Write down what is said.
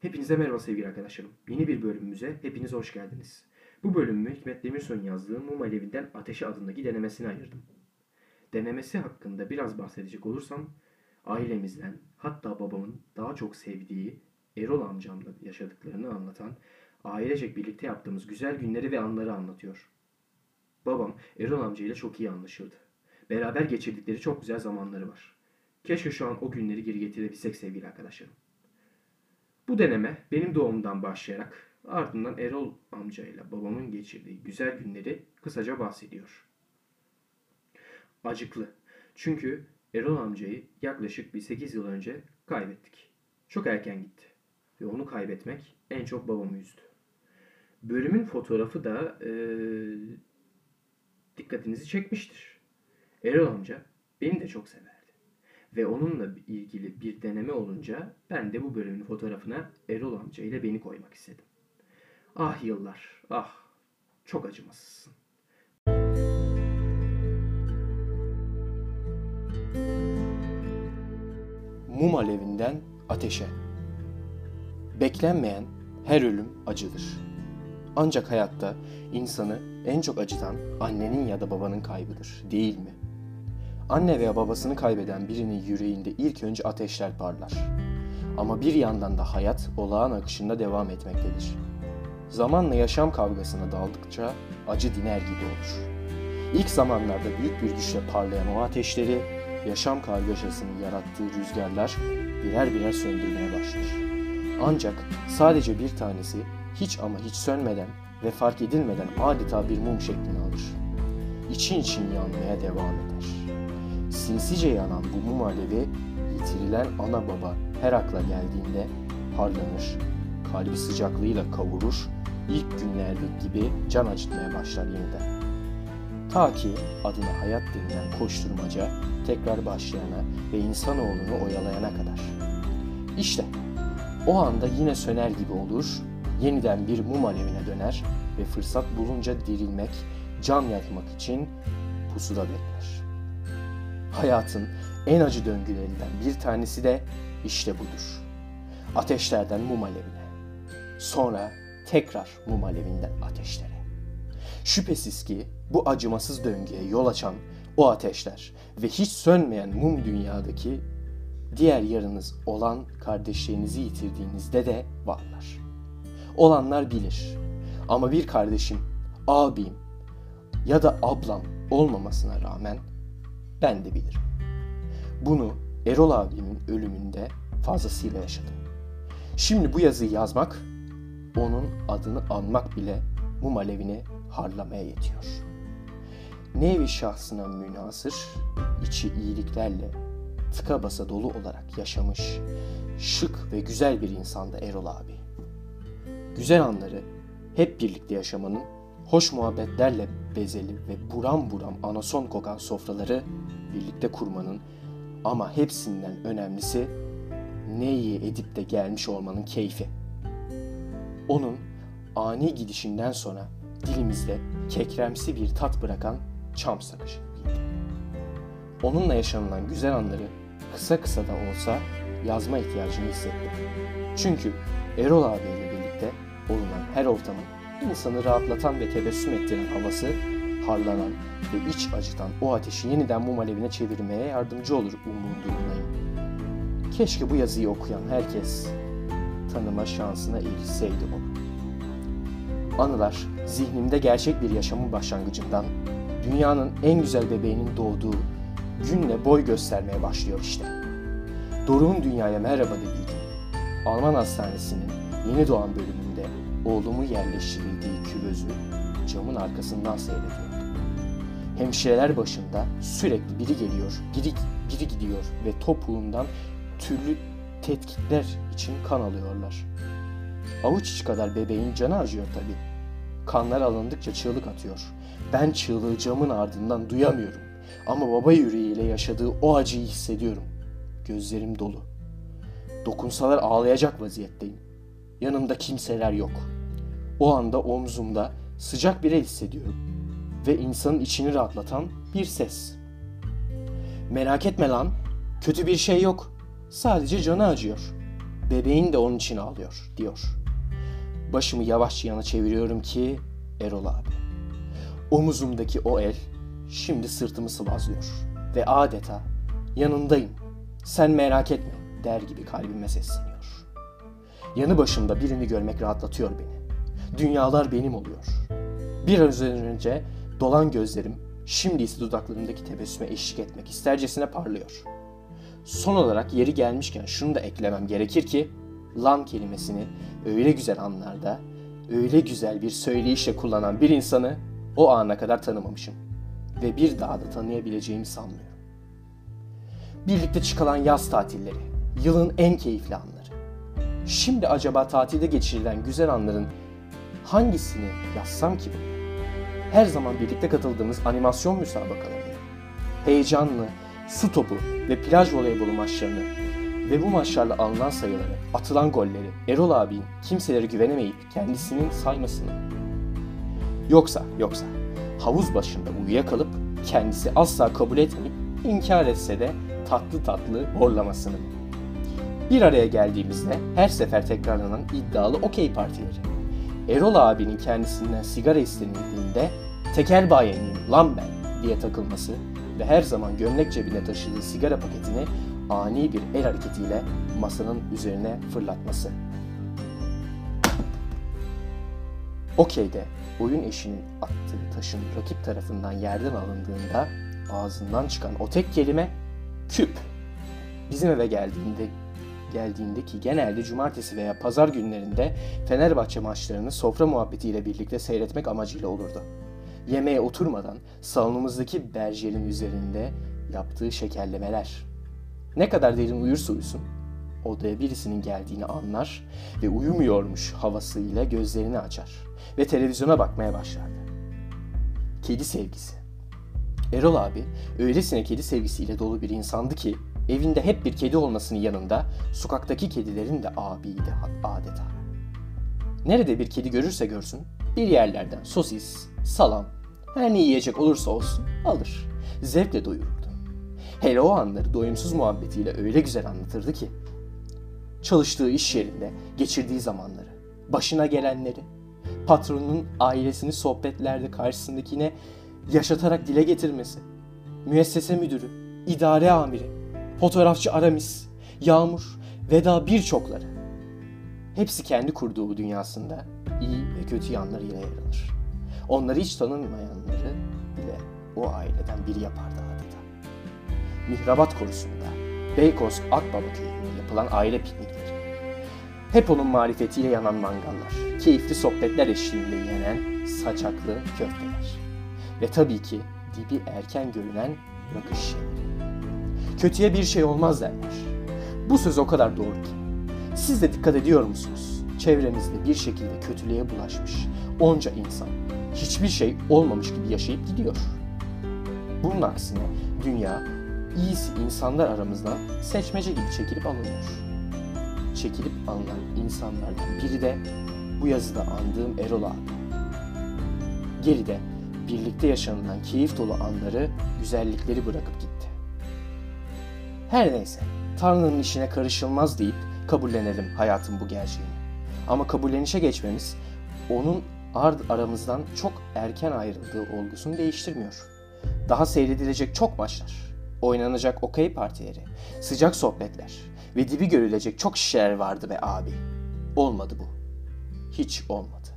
Hepinize merhaba sevgili arkadaşlarım. Yeni bir bölümümüze hepiniz hoş geldiniz. Bu bölümümü Hikmet Demirsoy'un yazdığı Mum Alevi'nden Ateşe adındaki denemesine ayırdım. Denemesi hakkında biraz bahsedecek olursam, ailemizden, hatta babamın daha çok sevdiği Erol amcamla yaşadıklarını anlatan, ailecek birlikte yaptığımız güzel günleri ve anları anlatıyor. Babam Erol amca ile çok iyi anlaşırdı. Beraber geçirdikleri çok güzel zamanları var. Keşke şu an o günleri geri getirebilsek sevgili arkadaşlarım. Bu deneme benim doğumdan başlayarak ardından Erol amcayla babamın geçirdiği güzel günleri kısaca bahsediyor. Acıklı. Çünkü Erol amcayı yaklaşık bir 8 yıl önce kaybettik. Çok erken gitti ve onu kaybetmek en çok babamı üzdü. Bölümün fotoğrafı da dikkatinizi çekmiştir. Erol amca beni de çok severdi. Ve onunla ilgili bir deneme olunca ben de bu bölümün fotoğrafına Erol amca ile beni koymak istedim. Ah yıllar, ah çok acımasızsın. Mum alevinden ateşe. Beklenmeyen her ölüm acıdır. Ancak hayatta insanı en çok acıtan annenin ya da babanın kaybıdır, değil mi? Anne veya babasını kaybeden birinin yüreğinde ilk önce ateşler parlar. Ama bir yandan da hayat olağan akışında devam etmektedir. Zamanla yaşam kavgasına daldıkça acı diner gibi olur. İlk zamanlarda büyük bir güçle parlayan o ateşleri, yaşam kargaşasını yarattığı rüzgarlar birer birer söndürmeye başlar. Ancak sadece bir tanesi hiç ama hiç sönmeden ve fark edilmeden adeta bir mum şeklini alır. İçin için yanmaya devam eder. Sinsice yanan bu mum alevi yitirilen ana baba her akla geldiğinde harlanır, kalbi sıcaklığıyla kavurur, ilk günlerdeki gibi can acıtmaya başlar yeniden. Ta ki adına hayat denilen koşturmaca tekrar başlayana ve insanoğlunu oyalayana kadar. İşte o anda yine söner gibi olur, yeniden bir mum alevine döner ve fırsat bulunca dirilmek, can yakmak için pusuda bekler. Hayatın en acı döngülerinden bir tanesi de işte budur. Ateşlerden mum alevine, sonra tekrar mum alevinden ateşlere. Şüphesiz ki bu acımasız döngüye yol açan o ateşler ve hiç sönmeyen mum dünyadaki diğer yarınız olan kardeşlerinizi yitirdiğinizde de varlar. Olanlar bilir ama bir kardeşim, abim ya da ablam olmamasına rağmen ben de bilirim. Bunu Erol abimin ölümünde fazlasıyla yaşadım. Şimdi bu yazıyı yazmak, onun adını anmak bile mum alevini harlamaya yetiyor. Nevi şahsına münhasır, içi iyiliklerle tıka basa dolu olarak yaşamış, şık ve güzel bir insandı Erol abi. Güzel anları hep birlikte yaşamanın, hoş muhabbetlerle bezeli ve buram buram anason kokan sofraları birlikte kurmanın ama hepsinden önemlisi ne iyi edip de gelmiş olmanın keyfi. Onun ani gidişinden sonra dilimizde kekremsi bir tat bırakan çam sakışı gibiydi. Onunla yaşanılan güzel anları kısa kısa da olsa yazma ihtiyacını hissettim. Çünkü Erol abiyle birlikte olunan her ortamın insanı rahatlatan ve tebessüm ettiren havası, harlanan ve iç acıtan o ateşi yeniden mum alevine çevirmeye yardımcı olur umudundayım. Keşke bu yazıyı okuyan herkes tanıma şansına erişseydi onu. Anılar zihnimde gerçek bir yaşamın başlangıcından, dünyanın en güzel bebeğinin doğduğu günle boy göstermeye başlıyor işte. Doruk'un dünyaya merhaba dediği gün, Alman hastanesinin yeni doğan bölümünde oğlumu yerleştirildiği küvözü camın arkasından seyrediyordum. Hemşireler başında sürekli biri geliyor, biri gidiyor ve topuğundan türlü tetkikler için kan alıyorlar. Avuç içi kadar bebeğin canı acıyor tabii. Kanlar alındıkça çığlık atıyor. Ben çığlığı camın ardından duyamıyorum. Ama baba yüreğiyle yaşadığı o acıyı hissediyorum. Gözlerim dolu. Dokunsalar ağlayacak vaziyetteyim. Yanımda kimseler yok. O anda omzumda sıcak bir el hissediyorum. Ve insanın içini rahatlatan bir ses. Merak etme lan, kötü bir şey yok. Sadece canı acıyor. Bebeğin de onun için ağlıyor, diyor. Başımı yavaşça yana çeviriyorum ki Erol abi. Omuzumdaki o el şimdi sırtımı sıvazlıyor ve adeta yanındayım, sen merak etme der gibi kalbime sesleniyor. Yanı başımda birini görmek rahatlatıyor beni. Dünyalar benim oluyor. Biraz önce dolan gözlerim şimdi ise dudaklarımdaki tebessüme eşlik etmek istercesine parlıyor. Son olarak yeri gelmişken şunu da eklemem gerekir ki lan kelimesini öyle güzel anlarda, öyle güzel bir söyleyişle kullanan bir insanı o ana kadar tanımamışım ve bir daha da tanıyabileceğimi sanmıyorum. Birlikte çıkılan yaz tatilleri, yılın en keyifli anları. Şimdi acaba tatilde geçirilen güzel anların hangisini yazsam ki bu? Her zaman birlikte katıldığımız animasyon müsabakalarını, heyecanlı su topu ve plaj voleybolu maçlarını ve bu maçlarla alınan sayıları, atılan golleri, Erol abinin kimselere güvenemeyip kendisinin saymasını. Yoksa havuz başında uyuyakalıp kendisi asla kabul etmeyip inkar etse de tatlı tatlı horlamasını. Bir araya geldiğimizde her sefer tekrarlanan iddialı okey partileri. Erol abinin kendisinden sigara istenildiğinde tekel bayeniyim lan ben diye takılması ve her zaman gömlek cebine taşıdığı sigara paketini ani bir el hareketiyle masanın üzerine fırlatması. Okey'de oyun eşinin attığı taşın rakip tarafından yerden alındığında ağzından çıkan o tek kelime küp. Bizim eve geldiğinde ki genelde cumartesi veya pazar günlerinde Fenerbahçe maçlarını sofra muhabbetiyle birlikte seyretmek amacıyla olurdu. Yemeğe oturmadan salonumuzdaki berjerin üzerinde yaptığı şekerlemeler. Ne kadar derin uyursa uyusun, odaya birisinin geldiğini anlar ve uyumuyormuş havasıyla gözlerini açar ve televizyona bakmaya başlardı. Kedi sevgisi. Erol abi öylesine kedi sevgisiyle dolu bir insandı ki evinde hep bir kedi olmasının yanında sokaktaki kedilerin de abiydi adeta. Nerede bir kedi görürse görsün bir yerlerden sosis, salam, her ne yiyecek olursa olsun alır. Zevkle doyururdu. Hele o anları doyumsuz muhabbetiyle öyle güzel anlatırdı ki. Çalıştığı iş yerinde geçirdiği zamanları, başına gelenleri, patronun ailesini sohbetlerde karşısındakine yaşatarak dile getirmesi, müessese müdürü, idare amiri, fotoğrafçı Aramis, Yağmur ve daha birçokları. Hepsi kendi kurduğu dünyasında iyi ve kötü yanlarıyla yer alır. Onları hiç tanınmayanları bile o aileden biri yapardı adeta. Mihrabat Korusu'nda Beykoz Akbaba köyünde yapılan aile piknikleri. Hep onun marifetiyle yanan mangallar, keyifli sohbetler eşliğinde yenen saçaklı köfteler. Ve tabii ki dibi erken görünen rakı şişeleri. Kötüye bir şey olmaz derler. Bu söz o kadar doğru ki. Siz de dikkat ediyor musunuz? Çevremizde bir şekilde kötülüğe bulaşmış onca insan hiçbir şey olmamış gibi yaşayıp gidiyor. Bunun aksine dünya iyisi insanlar aramızdan seçmece gibi çekilip alınıyor. Çekilip alınan insanlardan biri de bu yazıda andığım Erol abi. Geride birlikte yaşanılan keyif dolu anları, güzellikleri bırakıp gitti. Her neyse, Tanrı'nın işine karışılmaz deyip kabullenelim hayatın bu gerçeğini. Ama kabullenişe geçmemiz onun aramızdan çok erken ayrıldığı olgusunu değiştirmiyor. Daha seyredilecek çok maçlar, oynanacak okey partileri, sıcak sohbetler ve dibi görülecek çok şişeler vardı be abi. Olmadı bu. Hiç olmadı.